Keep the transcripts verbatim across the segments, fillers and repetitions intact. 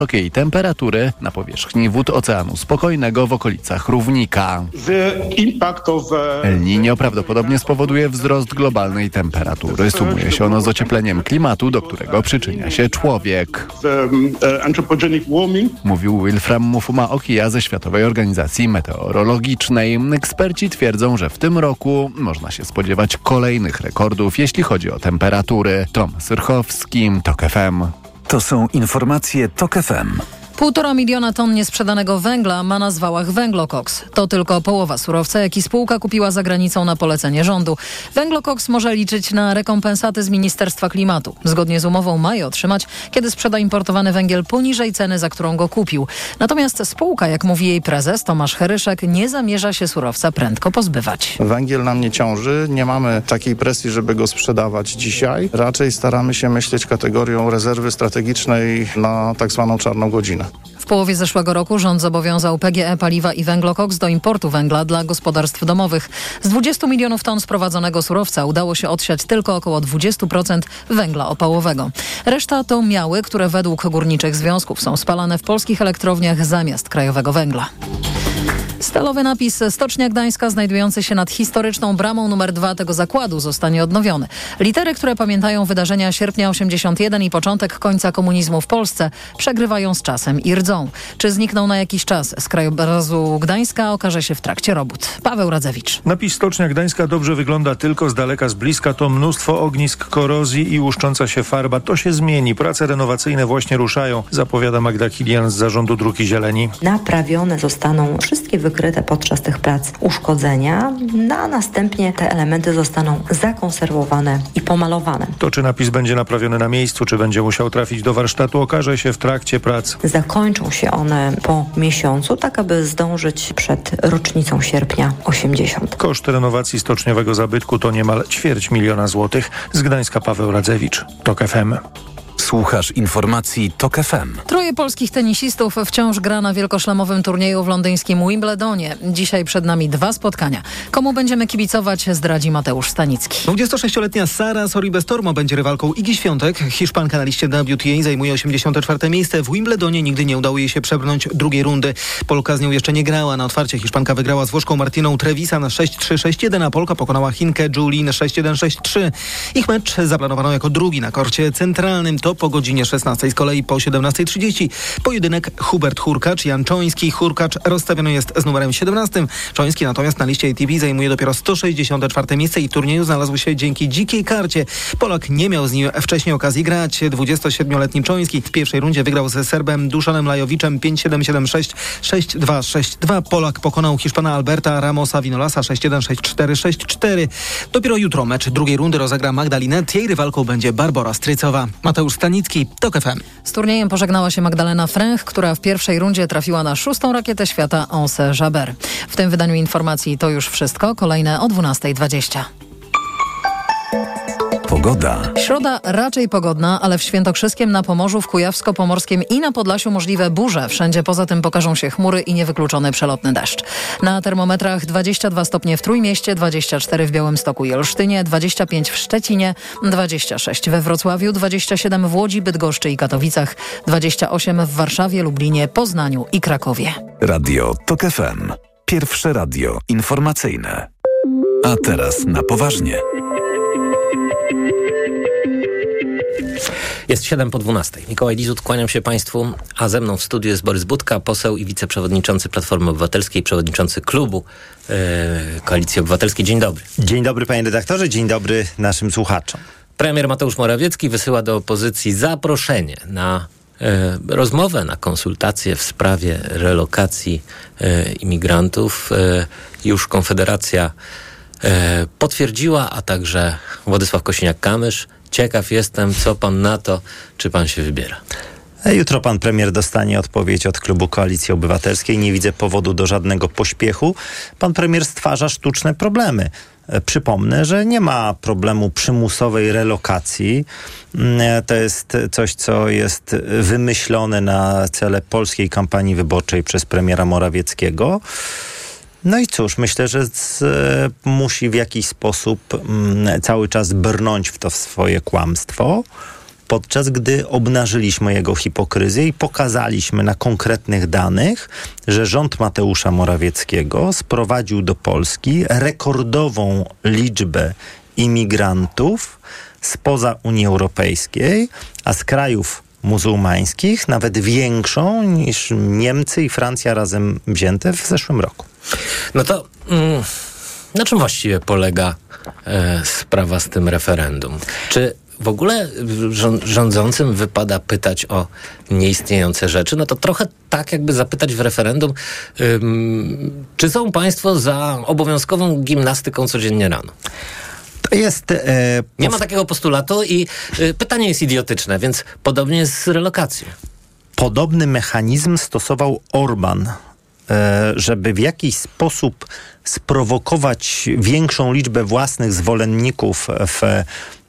wysokiej temperatury na powierzchni wód Oceanu Spokojnego w okolicach równika. El Niño prawdopodobnie spowoduje wzrost globalnej temperatury. Sumuje się ono z ociepleniem klimatu, do którego przyczynia się człowiek. Mówił Wilfram Mufuma Okiya ze Światowej Organizacji Meteorologicznej. Eksperci twierdzą, że w tym roku można się spodziewać kolejnych rekordów, jeśli chodzi o temperatury. Tomasz Syrchowski, TOK F M. To są informacje TOK F M. Półtora miliona ton niesprzedanego węgla ma na zwałach węglokoks. To tylko połowa surowca, jaki spółka kupiła za granicą na polecenie rządu. Węglokoks może liczyć na rekompensaty z Ministerstwa Klimatu. Zgodnie z umową ma je otrzymać, kiedy sprzeda importowany węgiel poniżej ceny, za którą go kupił. Natomiast spółka, jak mówi jej prezes Tomasz Heryszek, nie zamierza się surowca prędko pozbywać. Węgiel nam nie ciąży, nie mamy takiej presji, żeby go sprzedawać dzisiaj. Raczej staramy się myśleć kategorią rezerwy strategicznej na tak zwaną czarną godzinę. W połowie zeszłego roku rząd zobowiązał P G E Paliwa i Węglokoks do importu węgla dla gospodarstw domowych. Z dwudziestu milionów ton sprowadzonego surowca udało się odsiać tylko około dwadzieścia procent węgla opałowego. Reszta to miały, które według górniczych związków są spalane w polskich elektrowniach zamiast krajowego węgla. Stalowy napis Stocznia Gdańska, znajdujący się nad historyczną bramą numer dwa tego zakładu, zostanie odnowiony. Litery, które pamiętają wydarzenia sierpnia osiemdziesiąt jeden i początek końca komunizmu w Polsce, przegrywają z czasem i rdzą. Czy znikną na jakiś czas z krajobrazu Gdańska, okaże się w trakcie robót. Paweł Radzewicz. Napis Stocznia Gdańska dobrze wygląda tylko z daleka, z bliska. To mnóstwo ognisk korozji i łuszcząca się farba. To się zmieni. Prace renowacyjne właśnie ruszają, zapowiada Magda Kilian z Zarządu Dróg i Zieleni. Naprawione zostaną wszystkie wykryte podczas tych prac uszkodzenia, no a następnie te elementy zostaną zakonserwowane i pomalowane. To, czy napis będzie naprawiony na miejscu, czy będzie musiał trafić do warsztatu, okaże się w trakcie prac. Zakończą się one po miesiącu, tak aby zdążyć przed rocznicą sierpnia osiemdziesiąt. Koszt renowacji stoczniowego zabytku to niemal ćwierć miliona złotych. Z Gdańska Paweł Radzewicz, TOK F M. Słuchasz informacji TOK F M. Troje polskich tenisistów wciąż gra na wielkoszlemowym turnieju w londyńskim Wimbledonie. Dzisiaj przed nami dwa spotkania. Komu będziemy kibicować, zdradzi Mateusz Stanicki. dwudziestosześcioletnia Sara Sorribes-Tormo będzie rywalką Igi Świątek. Hiszpanka na liście W T A zajmuje osiemdziesiąte czwarte miejsce. W Wimbledonie nigdy nie udało jej się przebrnąć drugiej rundy. Polka z nią jeszcze nie grała. Na otwarcie Hiszpanka wygrała z Włoszką Martiną Trevisa na sześć trzy sześć jeden, a Polka pokonała Chinkę Julin sześć jeden sześć trzy. Ich mecz zaplanowano jako drugi na korcie centralnym. To po godzinie szesnastej. Z kolei po siedemnastej trzydzieści pojedynek Hubert Hurkacz, Jan Czoński. Hurkacz rozstawiony jest z numerem siedemnastym. Czoński natomiast na liście A T P zajmuje dopiero sto sześćdziesiąte czwarte miejsce i w turnieju znalazł się dzięki dzikiej karcie. Polak nie miał z nim wcześniej okazji grać. dwudziestosiedmioletni Czoński w pierwszej rundzie wygrał ze Serbem Duszanem Lajowiczem pięć siedem siedem sześć sześć dwa sześć dwa. Polak pokonał Hiszpana Alberta Ramosa Vinolasa sześć jeden sześć cztery sześć cztery. Dopiero jutro mecz drugiej rundy rozegra Magdalinet. Jej rywalką będzie Barbora Strycowa. Mateusz Stanicki, TOK F M. Z turniejem pożegnała się Magdalena Fręch, która w pierwszej rundzie trafiła na szóstą rakietę świata Onze Jabeur. W tym wydaniu informacji to już wszystko. Kolejne o dwunastej dwadzieścia. Pogoda. Środa raczej pogodna, ale w Świętokrzyskiem, na Pomorzu, w Kujawsko-Pomorskim i na Podlasiu możliwe burze. Wszędzie poza tym pokażą się chmury i niewykluczony przelotny deszcz. Na termometrach dwadzieścia dwa stopnie w Trójmieście, dwadzieścia cztery w Białymstoku i Olsztynie, dwadzieścia pięć w Szczecinie, dwadzieścia sześć we Wrocławiu, dwadzieścia siedem w Łodzi, Bydgoszczy i Katowicach, dwadzieścia osiem w Warszawie, Lublinie, Poznaniu i Krakowie. Radio TOK F M. Pierwsze radio informacyjne. A teraz na poważnie. Jest siedem po dwunastej. Mikołaj Lizut, kłaniam się Państwu, a ze mną w studiu jest Borys Budka, poseł i wiceprzewodniczący Platformy Obywatelskiej, przewodniczący klubu yy, Koalicji Obywatelskiej. Dzień dobry. Dzień dobry, panie redaktorze, dzień dobry naszym słuchaczom. Premier Mateusz Morawiecki wysyła do opozycji zaproszenie na yy, rozmowę, na konsultacje w sprawie relokacji yy, imigrantów. Yy, już Konfederacja yy, potwierdziła, a także Władysław Kosiniak-Kamysz. Ciekaw jestem, co pan na to, czy pan się wybiera. Jutro pan premier dostanie odpowiedź od klubu Koalicji Obywatelskiej. Nie widzę powodu do żadnego pośpiechu. Pan premier stwarza sztuczne problemy. Przypomnę, że nie ma problemu przymusowej relokacji. To jest coś, co jest wymyślone na cele polskiej kampanii wyborczej przez premiera Morawieckiego. No i cóż, myślę, że z, musi w jakiś sposób m, cały czas brnąć w to swoje kłamstwo, podczas gdy obnażyliśmy jego hipokryzję i pokazaliśmy na konkretnych danych, że rząd Mateusza Morawieckiego sprowadził do Polski rekordową liczbę imigrantów spoza Unii Europejskiej, a z krajów muzułmańskich nawet większą niż Niemcy i Francja razem wzięte w zeszłym roku. No to mm, na czym właściwie polega e, sprawa z tym referendum? Czy w ogóle rządzącym wypada pytać o nieistniejące rzeczy? No to trochę tak, jakby zapytać w referendum, ym, czy są państwo za obowiązkową gimnastyką codziennie rano? To jest... E, Nie ma takiego postulatu i y, pytanie jest idiotyczne, więc podobnie jest z relokacją. Podobny mechanizm stosował Orban, e, żeby w jakiś sposób sprowokować większą liczbę własnych zwolenników w e,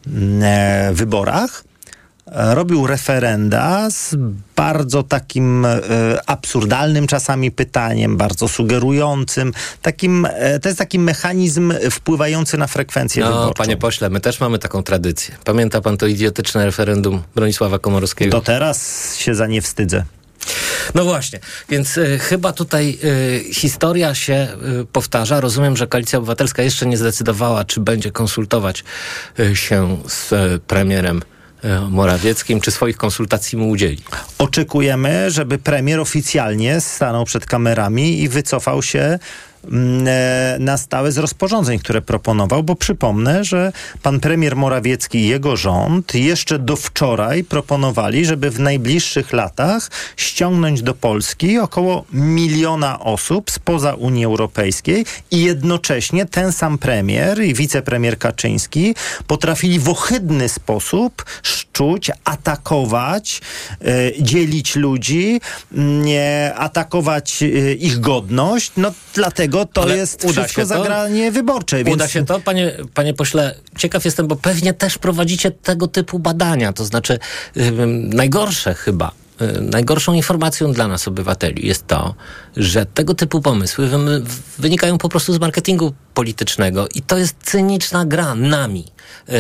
wyborach. Robił referenda z bardzo takim e, absurdalnym czasami pytaniem, bardzo sugerującym. Takim, e, to jest taki mechanizm wpływający na frekwencję no, wyborczą. Panie pośle, my też mamy taką tradycję. Pamięta pan to idiotyczne referendum Bronisława Komorowskiego? Do teraz się za nie wstydzę. No właśnie, więc y, chyba tutaj y, historia się y, powtarza. Rozumiem, że Koalicja Obywatelska jeszcze nie zdecydowała, czy będzie konsultować y, się z y, premierem Morawieckim, czy swoich konsultacji mu udzieli? Oczekujemy, żeby premier oficjalnie stanął przed kamerami i wycofał się na stałe z rozporządzeń, które proponował, bo przypomnę, że pan premier Morawiecki i jego rząd jeszcze do wczoraj proponowali, żeby w najbliższych latach ściągnąć do Polski około miliona osób spoza Unii Europejskiej i jednocześnie ten sam premier i wicepremier Kaczyński potrafili w ohydny sposób szczuć, atakować, e, dzielić ludzi, nie, atakować e, ich godność. No dlatego to Ale jest wszystko zagranie wyborcze. Uda więc... się to, panie, panie pośle. Ciekaw jestem, bo pewnie też prowadzicie tego typu badania. To znaczy yy, najgorsze chyba, yy, najgorszą informacją dla nas, obywateli, jest to, że tego typu pomysły wy, wynikają po prostu z marketingu politycznego i to jest cyniczna gra nami. Yy,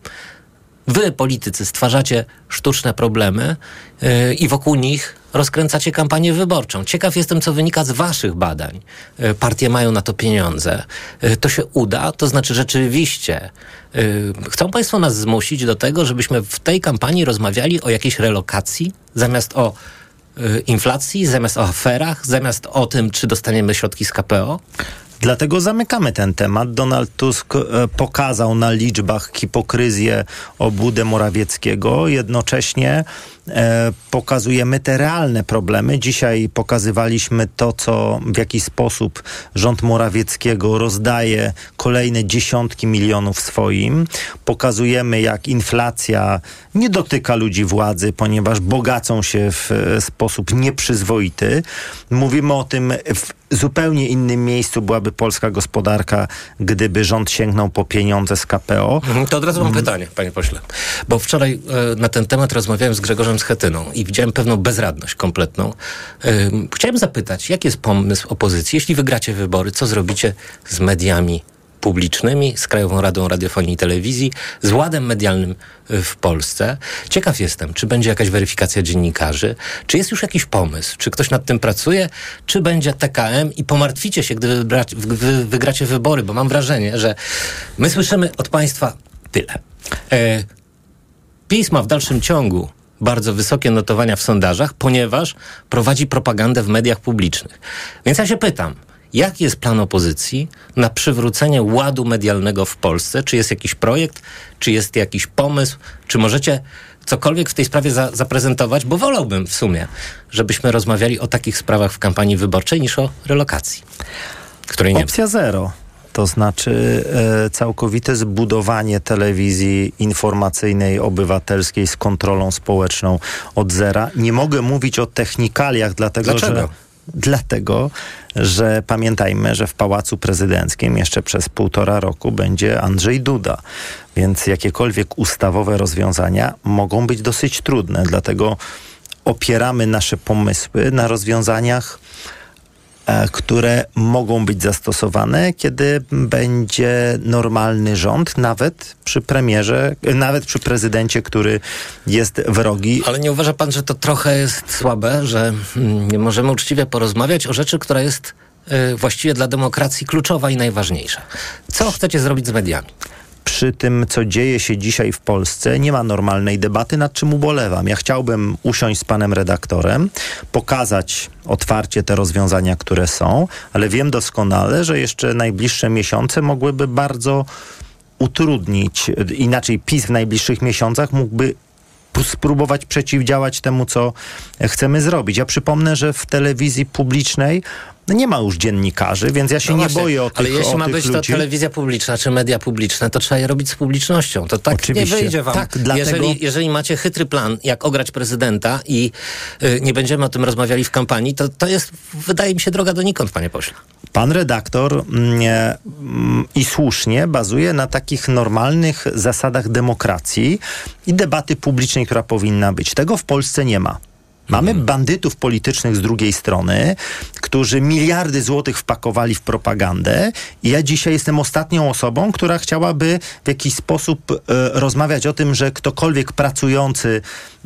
Wy, politycy, stwarzacie sztuczne problemy yy, i wokół nich rozkręcacie kampanię wyborczą. Ciekaw jestem, co wynika z waszych badań. Yy, partie mają na to pieniądze. Yy, to się uda? To znaczy rzeczywiście yy, chcą państwo nas zmusić do tego, żebyśmy w tej kampanii rozmawiali o jakiejś relokacji zamiast o yy, inflacji, zamiast o aferach, zamiast o tym, czy dostaniemy środki z K P O? Dlatego zamykamy ten temat. Donald Tusk e, pokazał na liczbach hipokryzję obłudę Morawieckiego. Jednocześnie e, pokazujemy te realne problemy. Dzisiaj pokazywaliśmy to, co w jaki sposób rząd Morawieckiego rozdaje kolejne dziesiątki milionów swoim. Pokazujemy, jak inflacja nie dotyka ludzi władzy, ponieważ bogacą się w e, sposób nieprzyzwoity. Mówimy o tym w zupełnie innym miejscu byłaby polska gospodarka, gdyby rząd sięgnął po pieniądze z K P O. To od razu mam hmm. pytanie, panie pośle. Bo wczoraj e, na ten temat rozmawiałem z Grzegorzem Schetyną i widziałem pewną bezradność kompletną. E, chciałem zapytać, jaki jest pomysł opozycji? Jeśli wygracie wybory, co zrobicie z mediami publicznymi, z Krajową Radą Radiofonii i Telewizji, z ładem medialnym w Polsce. Ciekaw jestem, czy będzie jakaś weryfikacja dziennikarzy, czy jest już jakiś pomysł, czy ktoś nad tym pracuje, czy będzie T K M i pomartwicie się, gdy wybrać, wy, wygracie wybory, bo mam wrażenie, że my słyszymy od państwa tyle. E, PiS ma w dalszym ciągu bardzo wysokie notowania w sondażach, ponieważ prowadzi propagandę w mediach publicznych. Więc ja się pytam, jaki jest plan opozycji na przywrócenie ładu medialnego w Polsce? Czy jest jakiś projekt? Czy jest jakiś pomysł? Czy możecie cokolwiek w tej sprawie za, zaprezentować? Bo wolałbym w sumie, żebyśmy rozmawiali o takich sprawach w kampanii wyborczej niż o relokacji, której nie Opcja zero. To znaczy e, całkowite zbudowanie telewizji informacyjnej, obywatelskiej z kontrolą społeczną od zera. Nie mogę mówić o technikaliach, dlatego Dlaczego? że... Dlatego, że pamiętajmy, że w Pałacu Prezydenckim jeszcze przez półtora roku będzie Andrzej Duda. Więc jakiekolwiek ustawowe rozwiązania mogą być dosyć trudne. Dlatego opieramy nasze pomysły na rozwiązaniach które mogą być zastosowane, kiedy będzie normalny rząd, nawet przy premierze, nawet przy prezydencie, który jest wrogi. Ale nie uważa pan, że to trochę jest słabe, że nie możemy uczciwie porozmawiać o rzeczy, która jest y, właściwie dla demokracji kluczowa i najważniejsza? Co chcecie zrobić z mediami? Przy tym, co dzieje się dzisiaj w Polsce, nie ma normalnej debaty, nad czym ubolewam. Ja chciałbym usiąść z panem redaktorem, pokazać otwarcie te rozwiązania, które są, ale wiem doskonale, że jeszcze najbliższe miesiące mogłyby bardzo utrudnić, inaczej PiS w najbliższych miesiącach mógłby spróbować przeciwdziałać temu, co chcemy zrobić. Ja przypomnę, że w telewizji publicznej nie ma już dziennikarzy, więc ja się no nie właśnie, boję o tych ludzi. Ale jeśli ma być ludzi. to telewizja publiczna czy media publiczne, to trzeba je robić z publicznością. To tak Oczywiście. nie wyjdzie wam. Tak, dlatego... jeżeli, jeżeli macie chytry plan, jak ograć prezydenta i y, nie będziemy o tym rozmawiali w kampanii, to, to jest, wydaje mi się, droga donikąd, panie pośle. Pan redaktor nie, i słusznie bazuje na takich normalnych zasadach demokracji i debaty publicznej, która powinna być. Tego w Polsce nie ma. Mamy bandytów politycznych z drugiej strony, którzy miliardy złotych wpakowali w propagandę i ja dzisiaj jestem ostatnią osobą, która chciałaby w jakiś sposób e, rozmawiać o tym, że ktokolwiek pracujący e,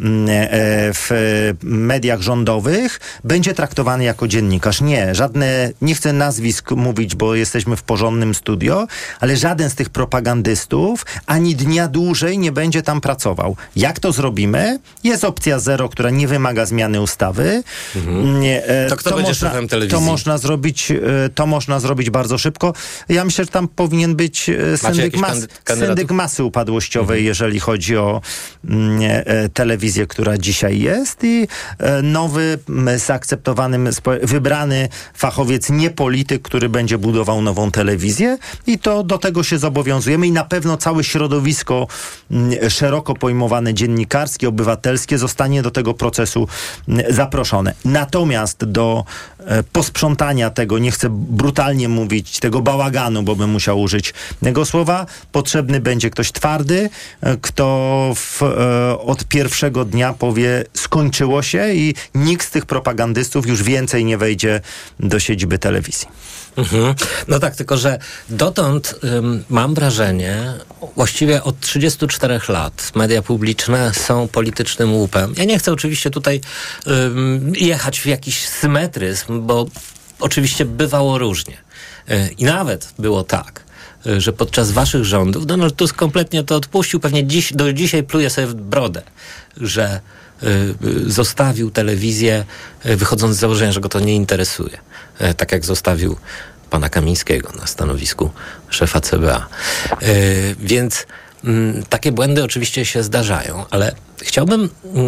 w mediach rządowych będzie traktowany jako dziennikarz. Nie, żadne, nie chcę nazwisk mówić, bo jesteśmy w porządnym studio, ale żaden z tych propagandystów ani dnia dłużej nie będzie tam pracował. Jak to zrobimy? Jest opcja zero, która nie wymaga zmiany ustawy. Mhm. Nie, e, to kto to będzie można, szefem telewizji? To można zrobić, e, to można zrobić bardzo szybko. Ja myślę, że tam powinien być e, syndyk, mas, syndyk masy upadłościowej, mhm. jeżeli chodzi o m, e, telewizję, która dzisiaj jest i e, nowy, m, zaakceptowanym, wybrany fachowiec, nie polityk, który będzie budował nową telewizję i to do tego się zobowiązujemy i na pewno całe środowisko m, szeroko pojmowane dziennikarskie, obywatelskie zostanie do tego procesu zaproszone. Natomiast do e, posprzątania tego, nie chcę brutalnie mówić, tego bałaganu, bo bym musiał użyć tego słowa, potrzebny będzie ktoś twardy, e, kto w, e, od pierwszego dnia powie, skończyło się i nikt z tych propagandystów już więcej nie wejdzie do siedziby telewizji. Mhm. No tak, tylko że dotąd ym, mam wrażenie, właściwie od trzydziestu czterech lat media publiczne są politycznym łupem. Ja nie chcę oczywiście tutaj ym, jechać w jakiś symetryzm, bo oczywiście bywało różnie. Yy, I nawet było tak, yy, że podczas waszych rządów Donald Tusk kompletnie to odpuścił, pewnie dziś, do dzisiaj pluje sobie w brodę, że yy, zostawił telewizję, yy, wychodząc z założenia, że go to nie interesuje. Yy, tak jak zostawił pana Kamińskiego na stanowisku szefa C B A. Yy, więc yy, takie błędy oczywiście się zdarzają, ale chciałbym yy,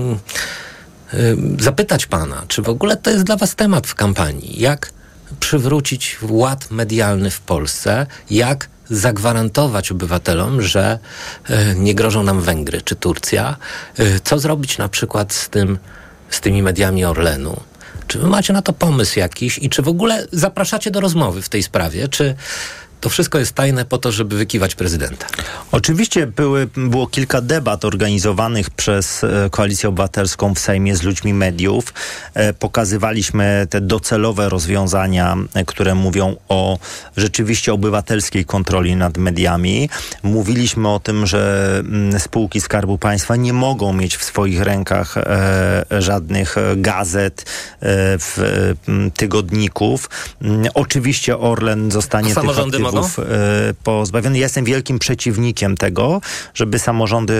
yy, zapytać pana, czy w ogóle to jest dla was temat w kampanii? Jak przywrócić ład medialny w Polsce? Jak zagwarantować obywatelom, że y, nie grożą nam Węgry czy Turcja? Y, co zrobić na przykład z tym, z tymi mediami Orlenu? Czy wy macie na to pomysł jakiś i czy w ogóle zapraszacie do rozmowy w tej sprawie? Czy to wszystko jest tajne po to, żeby wykiwać prezydenta? Oczywiście były, było kilka debat organizowanych przez e, Koalicję Obywatelską w Sejmie z ludźmi mediów. E, pokazywaliśmy te docelowe rozwiązania, e, które mówią o rzeczywiście obywatelskiej kontroli nad mediami. Mówiliśmy o tym, że m, spółki Skarbu Państwa nie mogą mieć w swoich rękach e, żadnych gazet, e, w, e, tygodników. M, oczywiście Orlen zostanie tych aktywów pozbawiony. Ja jestem wielkim przeciwnikiem tego, żeby samorządy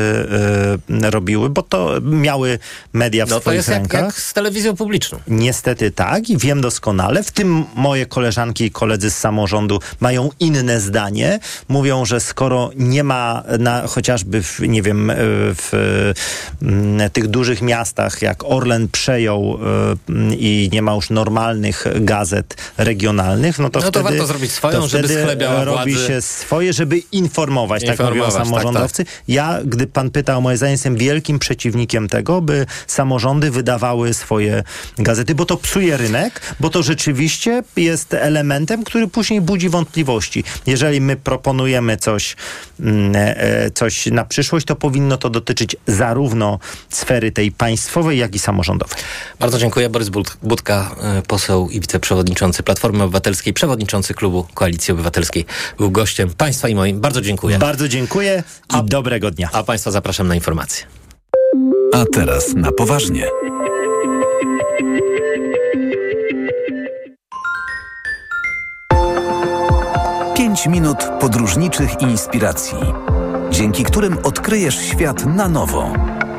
y, robiły, bo to miały media w no swoich to jest rękach. Jak, jak z telewizją publiczną. Niestety tak i wiem doskonale. W tym moje koleżanki i koledzy z samorządu mają inne zdanie. Mówią, że skoro nie ma na, chociażby w, nie wiem, w, w tych dużych miastach, jak Orlen przejął y, i nie ma już normalnych gazet regionalnych, no to no to wtedy... warto zrobić swoją, to żeby wtedy, zaszczepiała robi władzy. się swoje, żeby informować, tak mówią Informować, samorządowcy. tak, tak. Ja, gdy pan pyta o moje zdanie, jestem wielkim przeciwnikiem tego, by samorządy wydawały swoje gazety, bo to psuje rynek, bo to rzeczywiście jest elementem, który później budzi wątpliwości. Jeżeli my proponujemy coś, coś na przyszłość, to powinno to dotyczyć zarówno sfery tej państwowej, jak i samorządowej. Bardzo dziękuję. Borys Budka, poseł i wiceprzewodniczący Platformy Obywatelskiej, przewodniczący klubu Koalicji Obywatelskiej, był gościem państwa i moim. Bardzo dziękuję. Bardzo dziękuję i a, dobrego dnia. A państwa zapraszam na informacje. A teraz na poważnie. Pięć minut podróżniczych inspiracji, dzięki którym odkryjesz świat na nowo.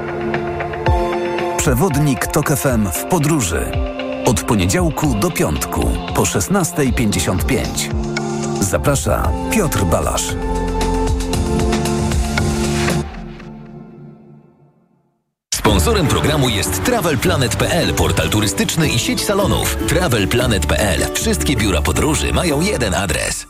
Przewodnik TOK F M w podróży. Od poniedziałku do piątku po szesnasta pięćdziesiąt pięć. Zaprasza Piotr Balasz. Sponsorem programu jest Travel Planet kropka p l, portal turystyczny i sieć salonów. Travel Planet kropka p l. Wszystkie biura podróży mają jeden adres.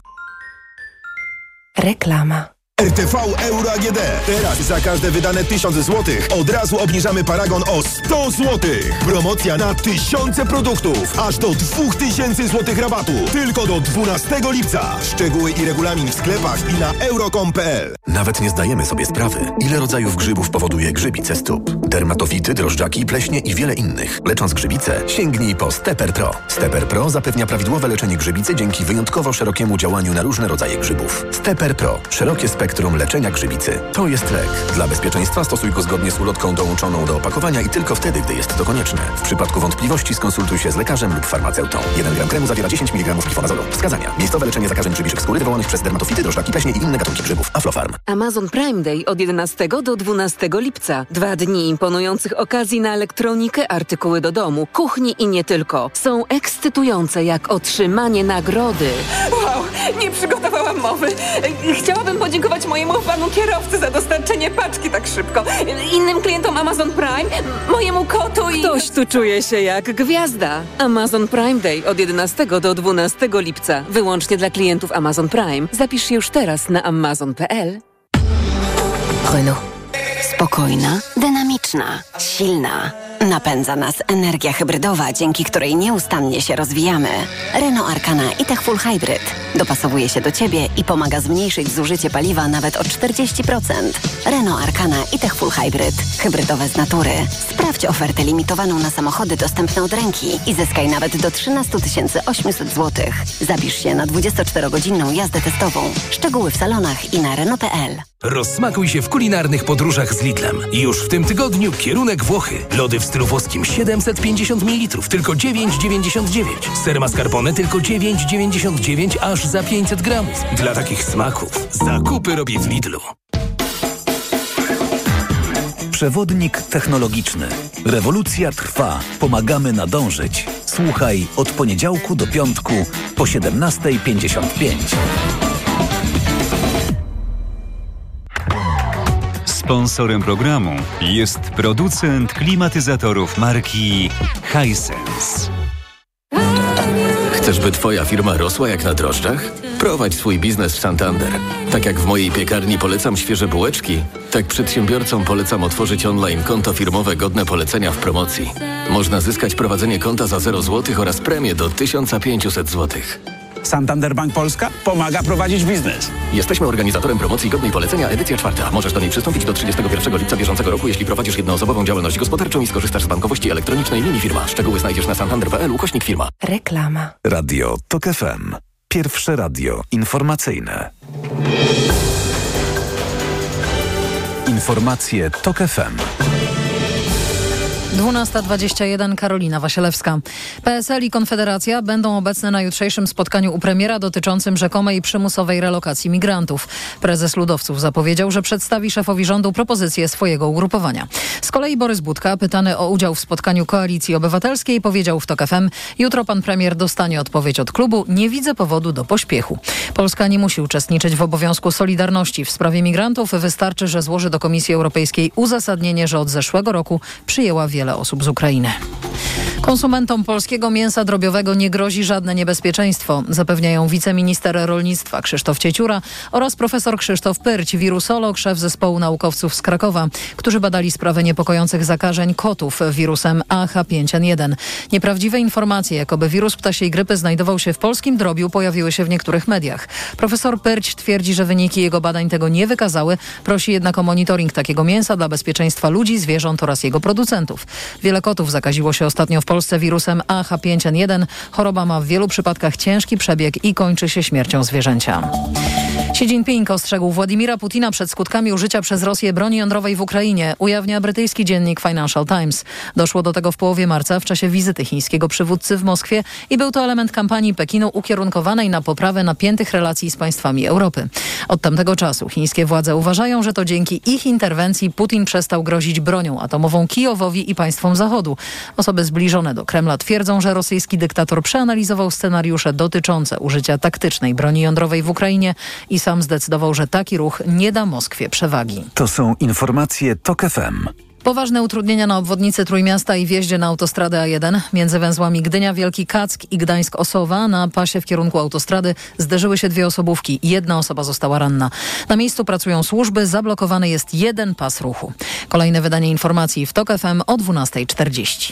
Reklama. R T V Euro A G D. Teraz za każde wydane tysiąc złotych od razu obniżamy paragon o sto złotych. Promocja na tysiące produktów. Aż do dwa tysiące złotych rabatu. Tylko do dwunastego lipca. Szczegóły i regulamin w sklepach i na euro kropka com kropka p l. Nawet nie zdajemy sobie sprawy, ile rodzajów grzybów powoduje grzybice stóp. Dermatofity, drożdżaki, pleśnie i wiele innych. Lecząc grzybice, sięgnij po Stepper Pro. Stepper Pro zapewnia prawidłowe leczenie grzybicy dzięki wyjątkowo szerokiemu działaniu na różne rodzaje grzybów. Stepper Pro. Szerokie spektrum leczenia grzybicy. To jest lek. Dla bezpieczeństwa stosuj go zgodnie z ulotką dołączoną do opakowania i tylko wtedy, gdy jest to konieczne. W przypadku wątpliwości skonsultuj się z lekarzem lub farmaceutą. jeden gram kremu zawiera dziesięć miligramów glifonazolu. Wskazania. Miejscowe leczenie zakażeń grzybiczych skóry wywołanych przez dermatofity, drożdżaki, pleśnie i inne gatunki grzybów. Aflofarm. Amazon Prime Day od jedenastego do dwunastego lipca. Dwa dni imponujących okazji na elektronikę, artykuły do domu, kuchni i nie tylko. Są ekscytujące jak otrzymanie nagrody. Wow, nie przygotowałam mowy. Chciałabym podziękować mojemu panu kierowcy za dostarczenie paczki tak szybko. Innym klientom Amazon Prime, mojemu kotu i... Ktoś tu czuje się jak gwiazda. Amazon Prime Day od jedenastego do dwunastego lipca. Wyłącznie dla klientów Amazon Prime. Zapisz się już teraz na amazon kropka p l. Renault. Spokojna, dynamiczna, silna. Napędza nas energia hybrydowa, dzięki której nieustannie się rozwijamy. Renault Arkana e-Tech Full Hybrid dopasowuje się do Ciebie i pomaga zmniejszyć zużycie paliwa nawet o czterdzieści procent. Renault Arkana e-Tech Full Hybrid. Hybrydowe z natury. Sprawdź ofertę limitowaną na samochody dostępne od ręki i zyskaj nawet do trzynaście tysięcy osiemset złotych. Zapisz się na dwudziestoczterogodzinną jazdę testową. Szczegóły w salonach i na Renault kropka p l. Rozsmakuj się w kulinarnych podróżach z Lidlem. Już w tym tygodniu kierunek Włochy. Lody w stylu włoskim siedemset pięćdziesiąt mililitrów, tylko dziewięć dziewięćdziesiąt dziewięć. Ser mascarpone tylko dziewięć dziewięćdziesiąt dziewięć, aż za pięćset gramów. Dla takich smaków zakupy robię w Lidlu. Przewodnik technologiczny. Rewolucja trwa. Pomagamy nadążyć. Słuchaj od poniedziałku do piątku po siedemnasta pięćdziesiąt pięć. Sponsorem programu jest producent klimatyzatorów marki Hisense. Chcesz, by twoja firma rosła jak na drożdżach? Prowadź swój biznes w Santander. Tak jak w mojej piekarni polecam świeże bułeczki, tak przedsiębiorcom polecam otworzyć online konto firmowe godne polecenia w promocji. Można zyskać prowadzenie konta za zero złotych oraz premię do tysiąc pięćset złotych. Santander Bank Polska pomaga prowadzić biznes. Jesteśmy organizatorem promocji godnej polecenia, edycja czwarta. Możesz do niej przystąpić do trzydziestego pierwszego lipca bieżącego roku, jeśli prowadzisz jednoosobową działalność gospodarczą i skorzystasz z bankowości elektronicznej linii firma. Szczegóły znajdziesz na santander kropka p l ukośnik firma. Reklama. Radio TOK F M. Pierwsze radio informacyjne. Informacje TOK F M. dwunasta dwadzieścia jeden, Karolina Wasielewska. P S L i Konfederacja będą obecne na jutrzejszym spotkaniu u premiera dotyczącym rzekomej przymusowej relokacji migrantów. Prezes Ludowców zapowiedział, że przedstawi szefowi rządu propozycję swojego ugrupowania. Z kolei Borys Budka, pytany o udział w spotkaniu Koalicji Obywatelskiej, powiedział w TOK F M: jutro pan premier dostanie odpowiedź od klubu. Nie widzę powodu do pośpiechu. Polska nie musi uczestniczyć w obowiązku solidarności w sprawie migrantów. Wystarczy, że złoży do Komisji Europejskiej uzasadnienie, że od zeszłego roku przyjęła wiele osób z Ukrainy. Konsumentom polskiego mięsa drobiowego nie grozi żadne niebezpieczeństwo, zapewniają wiceminister rolnictwa Krzysztof Cieciura oraz profesor Krzysztof Pyrć, wirusolog, szef zespołu naukowców z Krakowa, którzy badali sprawę niepokojących zakażeń kotów wirusem A H pięć N jeden. Nieprawdziwe informacje, jakoby wirus ptasiej grypy znajdował się w polskim drobiu, pojawiły się w niektórych mediach. Profesor Pyrć twierdzi, że wyniki jego badań tego nie wykazały, prosi jednak o monitoring takiego mięsa dla bezpieczeństwa ludzi, zwierząt oraz jego producentów. Wiele kotów zakaziło się ostatnio w Polsce wirusem A H pięć N jeden. Choroba ma w wielu przypadkach ciężki przebieg i kończy się śmiercią zwierzęcia. Xi Jinping ostrzegł Władimira Putina przed skutkami użycia przez Rosję broni jądrowej w Ukrainie, ujawnia brytyjski dziennik Financial Times. Doszło do tego w połowie marca w czasie wizyty chińskiego przywódcy w Moskwie i był to element kampanii Pekinu ukierunkowanej na poprawę napiętych relacji z państwami Europy. Od tamtego czasu chińskie władze uważają, że to dzięki ich interwencji Putin przestał grozić bronią atomową Kijowowi i państwom Zachodu. Osoby zbliżone do Kremla twierdzą, że rosyjski dyktator przeanalizował scenariusze dotyczące użycia taktycznej broni jądrowej w Ukrainie i sam zdecydował, że taki ruch nie da Moskwie przewagi. To są informacje TOK F M. Poważne utrudnienia na obwodnicy Trójmiasta i wjeździe na autostradę A jeden. Między węzłami Gdynia-Wielki Kack i Gdańsk-Osowa na pasie w kierunku autostrady zderzyły się dwie osobówki. Jedna osoba została ranna. Na miejscu pracują służby, zablokowany jest jeden pas ruchu. Kolejne wydanie informacji w TOK F M o dwunasta czterdzieści.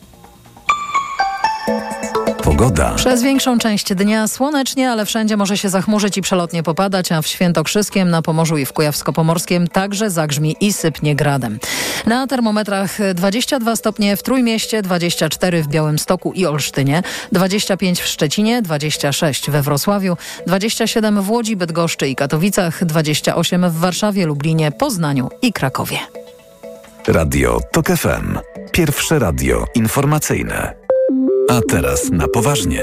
Pogoda. Przez większą część dnia słonecznie, ale wszędzie może się zachmurzyć i przelotnie popadać, a w Świętokrzyskiem, na Pomorzu i w Kujawsko-Pomorskim także zagrzmi i sypnie gradem. Na termometrach dwadzieścia dwa stopnie w Trójmieście, dwadzieścia cztery w Białymstoku i Olsztynie, dwadzieścia pięć w Szczecinie, dwadzieścia sześć we Wrocławiu, dwadzieścia siedem w Łodzi, Bydgoszczy i Katowicach, dwadzieścia osiem w Warszawie, Lublinie, Poznaniu i Krakowie. Radio TOK F M. Pierwsze radio informacyjne. A teraz na poważnie.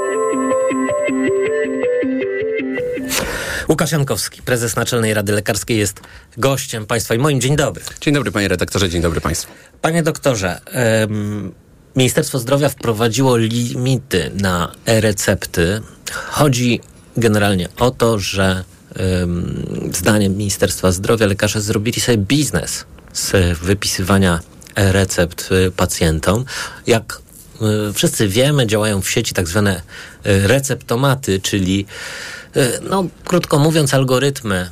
Łukasz Jankowski, prezes Naczelnej Rady Lekarskiej, jest gościem państwa i moim. Dzień dobry. Dzień dobry panie redaktorze, dzień dobry państwu. Panie doktorze, um, Ministerstwo Zdrowia wprowadziło limity na e-recepty. Chodzi generalnie o to, że um, zdaniem Ministerstwa Zdrowia lekarze zrobili sobie biznes z wypisywania e-recept pacjentom. Jak wszyscy wiemy, działają w sieci tak zwane receptomaty, czyli, no, krótko mówiąc, algorytmy,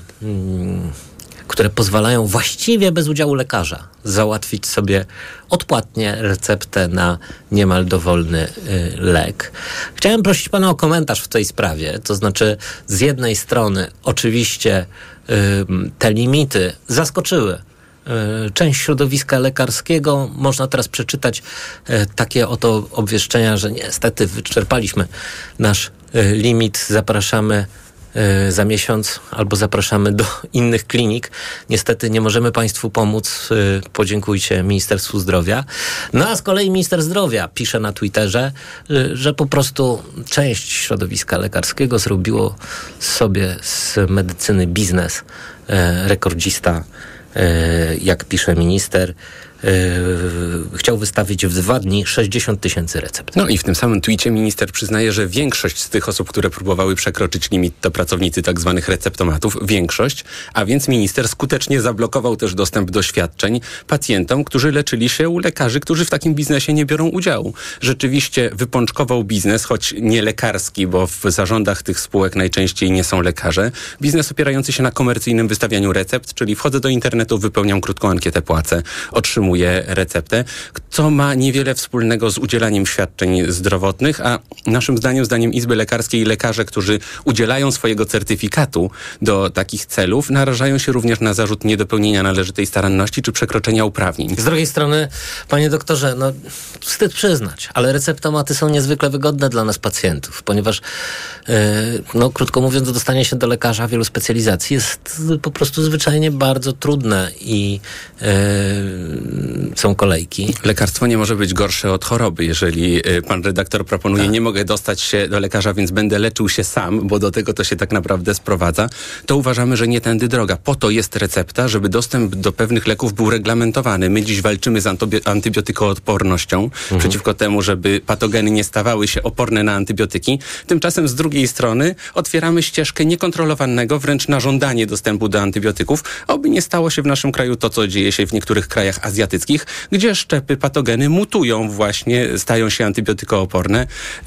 które pozwalają właściwie bez udziału lekarza załatwić sobie odpłatnie receptę na niemal dowolny lek. Chciałem prosić pana o komentarz w tej sprawie, to znaczy z jednej strony oczywiście te limity zaskoczyły część środowiska lekarskiego. Można teraz przeczytać takie oto obwieszczenia, że niestety wyczerpaliśmy nasz limit, zapraszamy za miesiąc albo zapraszamy do innych klinik. Niestety nie możemy państwu pomóc. Podziękujcie Ministerstwu Zdrowia. No a z kolei minister zdrowia pisze na Twitterze, że po prostu część środowiska lekarskiego zrobiło sobie z medycyny biznes. Rekordzista, jak pisze minister, Yy, chciał wystawić w dwa dni sześćdziesiąt tysięcy recept. No i w tym samym twicie minister przyznaje, że większość z tych osób, które próbowały przekroczyć limit, to pracownicy tak zwanych receptomatów. Większość, a więc minister skutecznie zablokował też dostęp do świadczeń pacjentom, którzy leczyli się u lekarzy, którzy w takim biznesie nie biorą udziału. Rzeczywiście wypączkował biznes, choć nie lekarski, bo w zarządach tych spółek najczęściej nie są lekarze. Biznes opierający się na komercyjnym wystawianiu recept, czyli wchodzę do internetu, wypełniam krótką ankietę, płacę, otrzymuję receptę, co ma niewiele wspólnego z udzielaniem świadczeń zdrowotnych, a naszym zdaniem, zdaniem Izby Lekarskiej, lekarze, którzy udzielają swojego certyfikatu do takich celów, narażają się również na zarzut niedopełnienia należytej staranności czy przekroczenia uprawnień. Z drugiej strony, panie doktorze, no wstyd przyznać, ale receptomaty są niezwykle wygodne dla nas pacjentów, ponieważ yy, no krótko mówiąc, dostanie się do lekarza wielu specjalizacji jest po prostu zwyczajnie bardzo trudne i yy, są kolejki. Lekarstwo nie może być gorsze od choroby. Jeżeli y, pan redaktor proponuje, tak. nie mogę dostać się do lekarza, więc będę leczył się sam, bo do tego to się tak naprawdę sprowadza, to uważamy, że nie tędy droga. Po to jest recepta, żeby dostęp do pewnych leków był reglamentowany. My dziś walczymy z antobi- antybiotykoodpornością, mhm. przeciwko temu, żeby patogeny nie stawały się oporne na antybiotyki. Tymczasem z drugiej strony otwieramy ścieżkę niekontrolowanego, wręcz na żądanie dostępu do antybiotyków, aby nie stało się w naszym kraju to, co dzieje się w niektórych krajach azjatyckich, homeopatyckich, gdzie szczepy, patogeny mutują właśnie, stają się antybiotykooporne.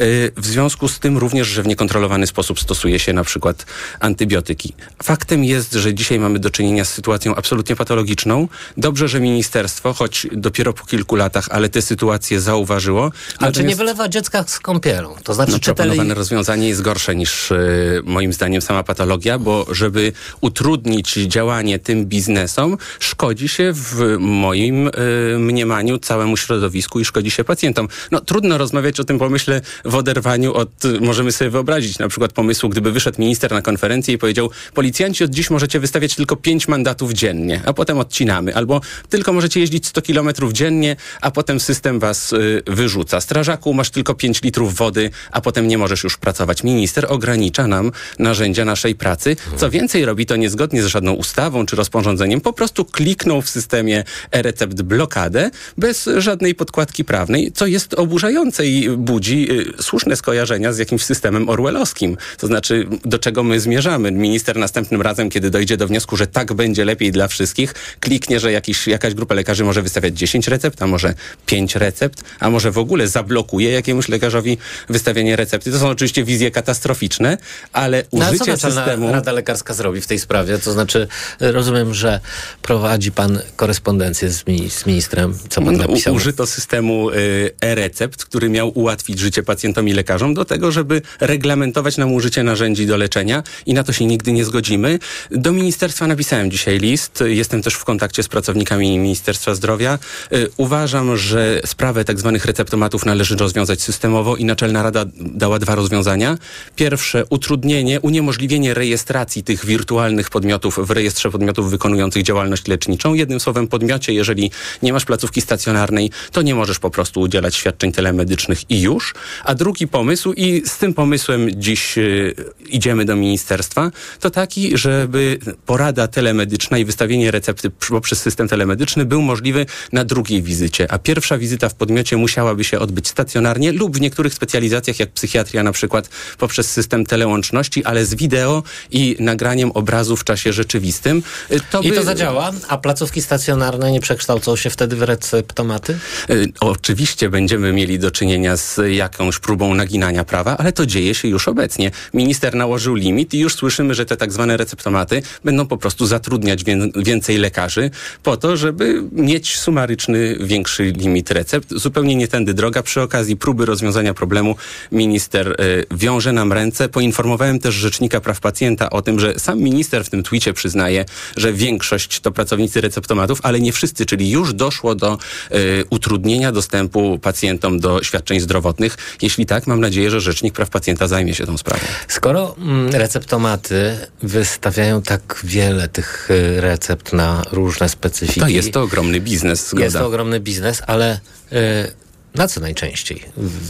W związku z tym również, że w niekontrolowany sposób stosuje się na przykład antybiotyki. Faktem jest, że dzisiaj mamy do czynienia z sytuacją absolutnie patologiczną. Dobrze, że ministerstwo, choć dopiero po kilku latach, ale te sytuacje zauważyło. Ale Natomiast... czy nie wylewa dziecka z kąpielą? To znaczy, no, czy proponowane tele... rozwiązanie jest gorsze niż y, moim zdaniem sama patologia, bo żeby utrudnić działanie tym biznesom, szkodzi się w moim y, mniemaniu całemu środowisku i szkodzi się pacjentom. No trudno rozmawiać o tym pomyśle w oderwaniu od, y, możemy sobie wyobrazić na przykład pomysłu, gdyby wyszedł minister na konferencję i powiedział: policjanci, od dziś możecie wystawiać tylko pięć mandatów dziennie, a potem odcinamy. Albo tylko możecie jeździć sto kilometrów dziennie, a potem system was y, wyrzuca. Strażaku, masz tylko pięć litrów wody, a potem nie możesz już pracować. Minister ogranicza nam narzędzia naszej pracy. Co więcej, robi to niezgodnie z żadną ustawą czy rozporządzeniem. Po prostu kliknął w systemie e-recept blokadę bez żadnej podkładki prawnej, co jest oburzające i budzi y, słuszne skojarzenia z jakimś systemem orwellowskim. To znaczy, do czego my zmierzamy. Minister następnym razem, kiedy dojdzie do wniosku, że tak będzie lepiej dla wszystkich, kliknie, że jakiś, jakaś grupa lekarzy może wystawiać dziesięć recept, a może pięć recept, a może w ogóle zablokuje jakiemuś lekarzowi wystawienie recepty. To są oczywiście wizje katastroficzne, ale No, użycie a co systemu... Rada Lekarska zrobi w tej sprawie? To znaczy, rozumiem, że prowadzi pan korespondencję z, mi- z ministrem, co pan napisał. U, użyto systemu y, e-recept, który miał ułatwić życie pacjentom i lekarzom do tego, żeby reglamentować nam użycie narzędzi do leczenia i na to się nigdy nie zgodzimy. Do ministerstwa napisałem dzisiaj list. Jestem też w kontakcie z pracownikami Ministerstwa Zdrowia. Y, uważam, że sprawę tak zwanych receptomatów należy rozwiązać systemowo i Naczelna Rada dała dwa rozwiązania. Pierwsze, utrudnienie, uniemożliwienie rejestracji tych wirtualnych podmiotów w rejestrze podmiotów wykonujących działalność leczniczą. Jednym słowem, podmiocie, jeżeli nie masz placówki stacjonarnej, to nie możesz po prostu udzielać świadczeń telemedycznych i już. A drugi pomysł, i z tym pomysłem dziś y, idziemy do ministerstwa, to taki, żeby porada telemedyczna i wystawienie recepty poprzez system telemedyczny był możliwy na drugiej wizycie, a pierwsza wizyta w podmiocie musiałaby się odbyć stacjonarnie lub w niektórych specjalizacjach, jak psychiatria na przykład, poprzez system telełączności, ale z wideo i nagraniem obrazu w czasie rzeczywistym. To I by... to zadziała? A placówki stacjonarne nie przekształcą się wtedy w receptomaty? Y, oczywiście będziemy mieli do czynienia z jakąś próbą naginania prawa, ale to dzieje się już obecnie. Minister nałożył limit i już słyszymy, że te tak zwane receptomaty będą po prostu zatrudniać wię- więcej lekarzy po to, żeby mieć sumaryczny, większy limit recept. Zupełnie nie tędy droga. Przy okazji próby rozwiązania problemu minister y, wiąże nam ręce. Poinformowałem też Rzecznika Praw Pacjenta o tym, że sam minister w tym twicie przyznaje, że większość to pracownicy receptomatów, ale nie wszyscy, czyli już doszło do y, utrudnienia dostępu pacjentom do świadczeń zdrowotnych. Jeśli tak, mam nadzieję, że Rzecznik Praw Pacjenta zajmie się tą sprawą. Skoro mm, receptomaty wystawiają tak wiele tych y, recept na różne specyfiki... To jest to ogromny biznes, zgoda. Jest to ogromny biznes, ale y, na co najczęściej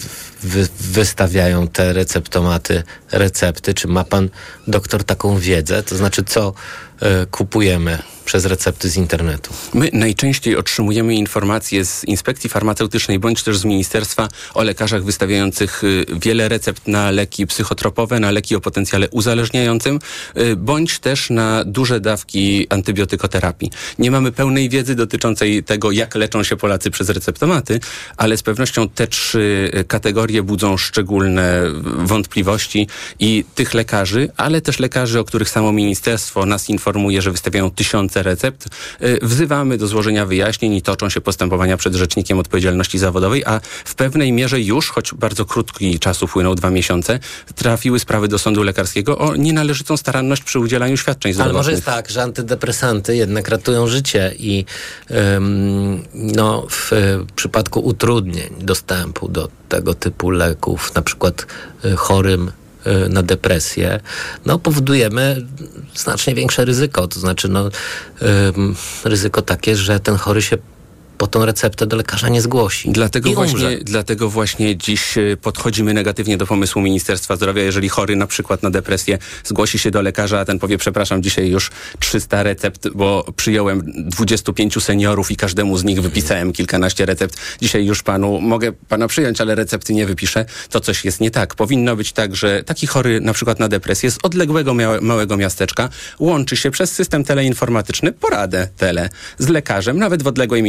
wy, wystawiają te receptomaty recepty? Czy ma pan doktor taką wiedzę? To znaczy, co y, kupujemy przez recepty z internetu? My najczęściej otrzymujemy informacje z Inspekcji Farmaceutycznej bądź też z ministerstwa o lekarzach wystawiających y, wiele recept na leki psychotropowe, na leki o potencjale uzależniającym, y, bądź też na duże dawki antybiotykoterapii. Nie mamy pełnej wiedzy dotyczącej tego, jak leczą się Polacy przez receptomaty, ale z pewnością te trzy kategorie budzą szczególne wątpliwości i tych lekarzy, ale też lekarzy, o których samo ministerstwo nas informuje, że wystawiają tysiące recept, wzywamy do złożenia wyjaśnień i toczą się postępowania przed Rzecznikiem Odpowiedzialności Zawodowej, a w pewnej mierze już, choć bardzo krótki czas upłynął, dwa miesiące, trafiły sprawy do sądu lekarskiego o nienależytą staranność przy udzielaniu świadczeń zdrowotnych. Ale może jest tak, że antydepresanty jednak ratują życie i ym, no, w, w przypadku utrudnień dostępu do tego typu leków, na przykład y, chorym na depresję, no powodujemy znacznie większe ryzyko. To znaczy, no, ym, ryzyko takie, że ten chory się po tą receptę do lekarza nie zgłosi. Dlatego I właśnie, umrze. dlatego właśnie dziś podchodzimy negatywnie do pomysłu Ministerstwa Zdrowia. Jeżeli chory na przykład na depresję zgłosi się do lekarza, a ten powie: przepraszam, dzisiaj już trzysta recept, bo przyjąłem dwudziestu pięciu seniorów i każdemu z nich wypisałem kilkanaście recept. Dzisiaj już panu, mogę pana przyjąć, ale recepty nie wypiszę. To coś jest nie tak. Powinno być tak, że taki chory na przykład na depresję z odległego mia- małego miasteczka łączy się przez system teleinformatyczny, poradę tele, z lekarzem, nawet w odległej miejscowości,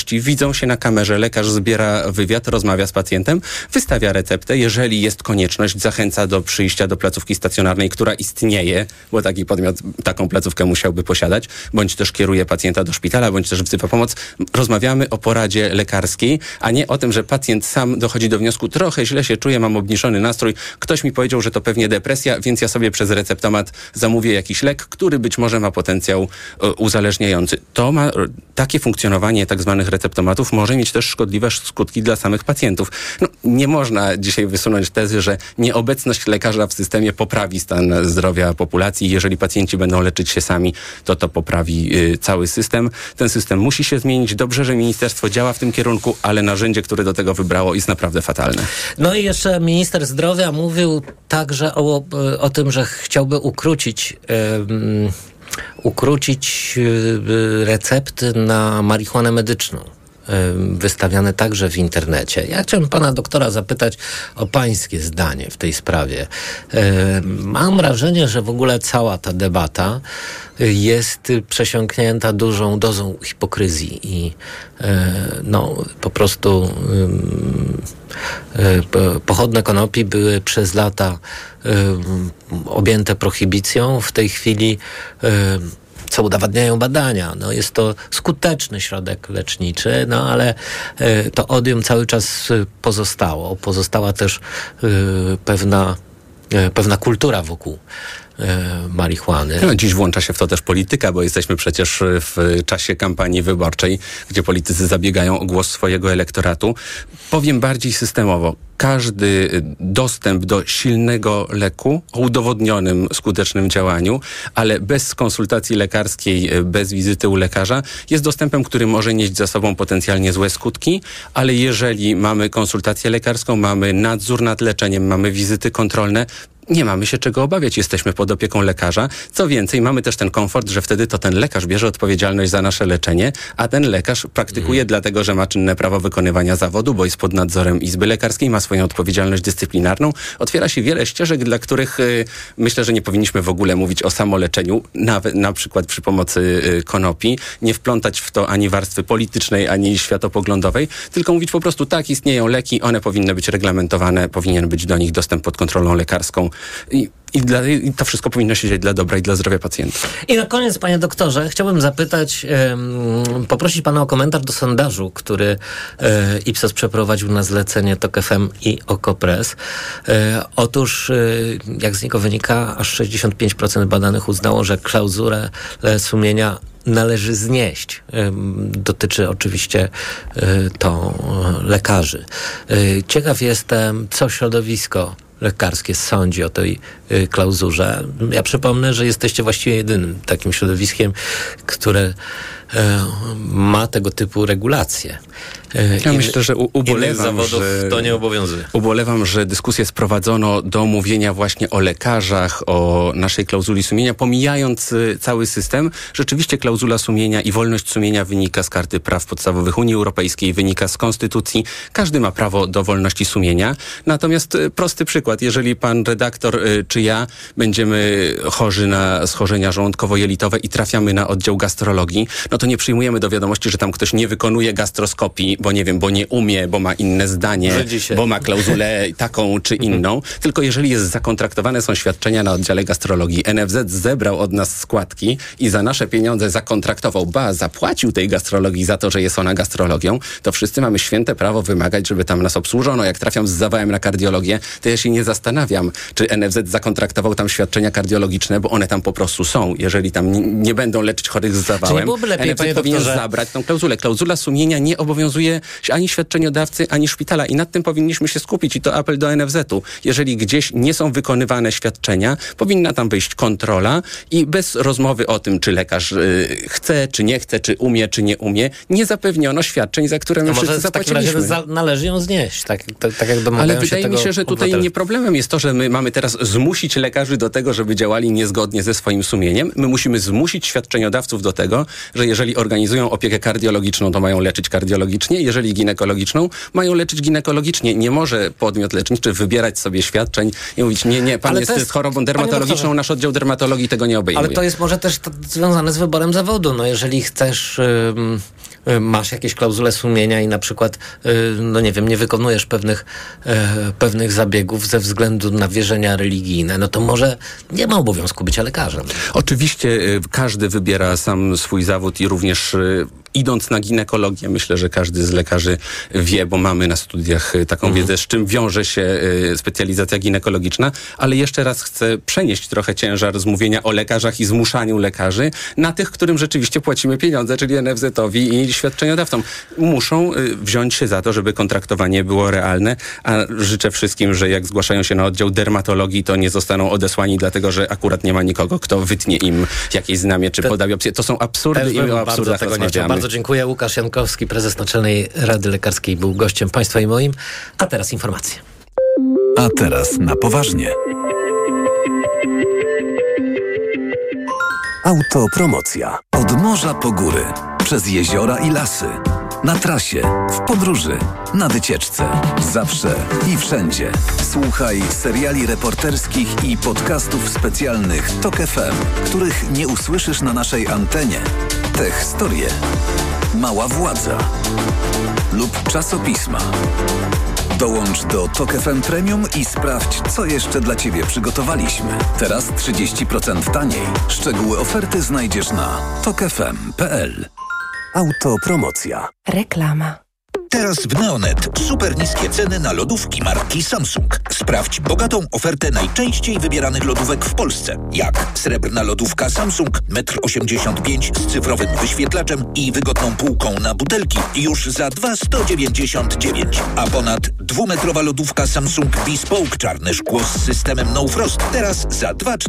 gości, widzą się na kamerze, lekarz zbiera wywiad, rozmawia z pacjentem, wystawia receptę, jeżeli jest konieczność, zachęca do przyjścia do placówki stacjonarnej, która istnieje, bo taki podmiot taką placówkę musiałby posiadać, bądź też kieruje pacjenta do szpitala, bądź też wzywa pomoc. Rozmawiamy o poradzie lekarskiej, a nie o tym, że pacjent sam dochodzi do wniosku, trochę źle się czuję, mam obniżony nastrój, ktoś mi powiedział, że to pewnie depresja, więc ja sobie przez receptomat zamówię jakiś lek, który być może ma potencjał e, uzależniający. To ma, takie funkcjonowanie tak zwanych receptomatów może mieć też szkodliwe skutki dla samych pacjentów. No, nie można dzisiaj wysunąć tezy, że nieobecność lekarza w systemie poprawi stan zdrowia populacji. Jeżeli pacjenci będą leczyć się sami, to to poprawi y, cały system. Ten system musi się zmienić. Dobrze, że ministerstwo działa w tym kierunku, ale narzędzie, które do tego wybrało, jest naprawdę fatalne. No i jeszcze minister zdrowia mówił także o, o tym, że chciałby ukrócić um, ukrócić recepty na marihuanę medyczną, wystawiane także w internecie. Ja chciałem pana doktora zapytać o pańskie zdanie w tej sprawie. Mam wrażenie, że w ogóle cała ta debata jest przesiąknięta dużą dozą hipokryzji i no po prostu pochodne konopi były przez lata objęte prohibicją. W tej chwili co udowadniają badania. No jest to skuteczny środek leczniczy, no ale y, to odium cały czas y, pozostało. Pozostała też y, pewna, y, pewna kultura wokół marihuany. No, dziś włącza się w to też polityka, bo jesteśmy przecież w czasie kampanii wyborczej, gdzie politycy zabiegają o głos swojego elektoratu. Powiem bardziej systemowo. Każdy dostęp do silnego leku o udowodnionym skutecznym działaniu, ale bez konsultacji lekarskiej, bez wizyty u lekarza, jest dostępem, który może nieść za sobą potencjalnie złe skutki, ale jeżeli mamy konsultację lekarską, mamy nadzór nad leczeniem, mamy wizyty kontrolne, nie mamy się czego obawiać, jesteśmy pod opieką lekarza. Co więcej, mamy też ten komfort, że wtedy to ten lekarz bierze odpowiedzialność za nasze leczenie, a ten lekarz praktykuje mm. dlatego, że ma czynne prawo wykonywania zawodu, bo jest pod nadzorem Izby Lekarskiej, ma swoją odpowiedzialność dyscyplinarną. Otwiera się wiele ścieżek, dla których y, myślę, że nie powinniśmy w ogóle mówić o samoleczeniu, nawet na przykład przy pomocy y, konopi, nie wplątać w to ani warstwy politycznej, ani światopoglądowej, tylko mówić po prostu tak, istnieją leki, one powinny być reglamentowane, powinien być do nich dostęp pod kontrolą lekarską. I, i, dla, I to wszystko powinno się dziać dla dobra i dla zdrowia pacjentów. I na koniec, panie doktorze, chciałbym zapytać, um, poprosić pana o komentarz do sondażu, który e, Ipsos przeprowadził na zlecenie Tok F M i Okopres. E, otóż, e, jak z niego wynika, aż sześćdziesiąt pięć procent badanych uznało, że klauzulę sumienia należy znieść. Dotyczy oczywiście to lekarzy. Ciekaw jestem, co środowisko lekarskie sądzi o tej y, klauzurze. Ja przypomnę, że jesteście właściwie jedynym takim środowiskiem, które y, ma tego typu regulacje. Y, ja in, myślę, że u, ubolewam, zawodów że, to nie obowiązuje. Ubolewam, że dyskusję sprowadzono do mówienia właśnie o lekarzach, o naszej klauzuli sumienia, pomijając y, cały system. Rzeczywiście klauzula sumienia i wolność sumienia wynika z Karty Praw Podstawowych Unii Europejskiej, wynika z Konstytucji. Każdy ma prawo do wolności sumienia. Natomiast y, prosty przykład. Jeżeli pan redaktor y, czy ja będziemy chorzy na schorzenia żołądkowo-jelitowe i trafiamy na oddział gastrologii, no to nie przyjmujemy do wiadomości, że tam ktoś nie wykonuje gastroskopii, bo nie wiem, bo nie umie, bo ma inne zdanie, bo ma klauzulę taką czy inną. Tylko jeżeli jest zakontraktowane są świadczenia na oddziale gastrologii, N F Z zebrał od nas składki i za nasze pieniądze zakontraktował, ba, zapłacił tej gastrologii za to, że jest ona gastrologią, to wszyscy mamy święte prawo wymagać, żeby tam nas obsłużono. Jak trafiam z zawałem na kardiologię, to ja się nie zastanawiam, czy N F Z zakontraktował tam świadczenia kardiologiczne, bo one tam po prostu są. Jeżeli tam nie, nie będą leczyć chorych z zawałem, lepiej, N F Z powinien doktorze... zabrać tą klauzulę. Klauzula sumienia nie obowiązuje ani świadczeniodawcy, ani szpitala i nad tym powinniśmy się skupić i to apel do N F Z-u. Jeżeli gdzieś nie są wykonywane świadczenia, powinna tam wyjść kontrola i bez rozmowy o tym, czy lekarz y, chce, czy nie chce, czy umie, czy nie umie, nie zapewniono świadczeń, za które my no wszyscy zapłaciliśmy. W takim razie należy ją znieść, tak, tak, tak jak domagają Ale wydaje się mi się, że tutaj nie problemem jest to, że my mamy teraz zmusić lekarzy do tego, żeby działali niezgodnie ze swoim sumieniem. My musimy zmusić świadczeniodawców do tego, że jeżeli organizują opiekę kardiologiczną, to mają leczyć kardiologicznie, jeżeli ginekologiczną, mają leczyć ginekologicznie. Nie może podmiot leczniczy wybierać sobie świadczeń i mówić, nie, nie, pan jest, jest z chorobą dermatologiczną, nasz oddział dermatologii tego nie obejmuje. Ale to jest może też to związane z wyborem zawodu. No jeżeli chcesz... Ym... masz jakieś klauzule sumienia i na przykład, no nie wiem, nie wykonujesz pewnych, pewnych zabiegów ze względu na wierzenia religijne, no to może nie ma obowiązku bycia lekarzem. Oczywiście każdy wybiera sam swój zawód i również idąc na ginekologię, myślę, że każdy z lekarzy wie, bo mamy na studiach taką mhm. wiedzę, z czym wiąże się specjalizacja ginekologiczna, ale jeszcze raz chcę przenieść trochę ciężar z mówienia o lekarzach i zmuszaniu lekarzy na tych, którym rzeczywiście płacimy pieniądze, czyli en ef zet-owi i świadczeniodawcom. Muszą wziąć się za to, żeby kontraktowanie było realne, a życzę wszystkim, że jak zgłaszają się na oddział dermatologii, to nie zostaną odesłani, dlatego że akurat nie ma nikogo, kto wytnie im jakieś znamie, czy podawi opcję. To są absurdy i o absurdach rozmawiamy. Bardzo dziękuję. Łukasz Jankowski, prezes Naczelnej Rady Lekarskiej, był gościem państwa i moim. A teraz informacje. A teraz na poważnie. Autopromocja. Od morza po góry, przez jeziora i lasy. Na trasie, w podróży, na wycieczce. Zawsze i wszędzie. Słuchaj seriali reporterskich i podcastów specjalnych TOK F M, których nie usłyszysz na naszej antenie. Te historie. Mała władza. Lub czasopisma. Dołącz do TOK F M Premium i sprawdź, co jeszcze dla Ciebie przygotowaliśmy. Teraz trzydzieści procent taniej. Szczegóły oferty znajdziesz na tok f m kropka p l. Autopromocja. Reklama. Teraz w Neonet super niskie ceny na lodówki marki Samsung. Sprawdź bogatą ofertę najczęściej wybieranych lodówek w Polsce. Jak srebrna lodówka Samsung metr osiemdziesiąt pięć z cyfrowym wyświetlaczem i wygodną półką na butelki już za dwa tysiące sto dziewięćdziesiąt dziewięć. A ponad dwumetrowa lodówka Samsung Bespoke czarne szkło z systemem No Frost teraz za dwa tysiące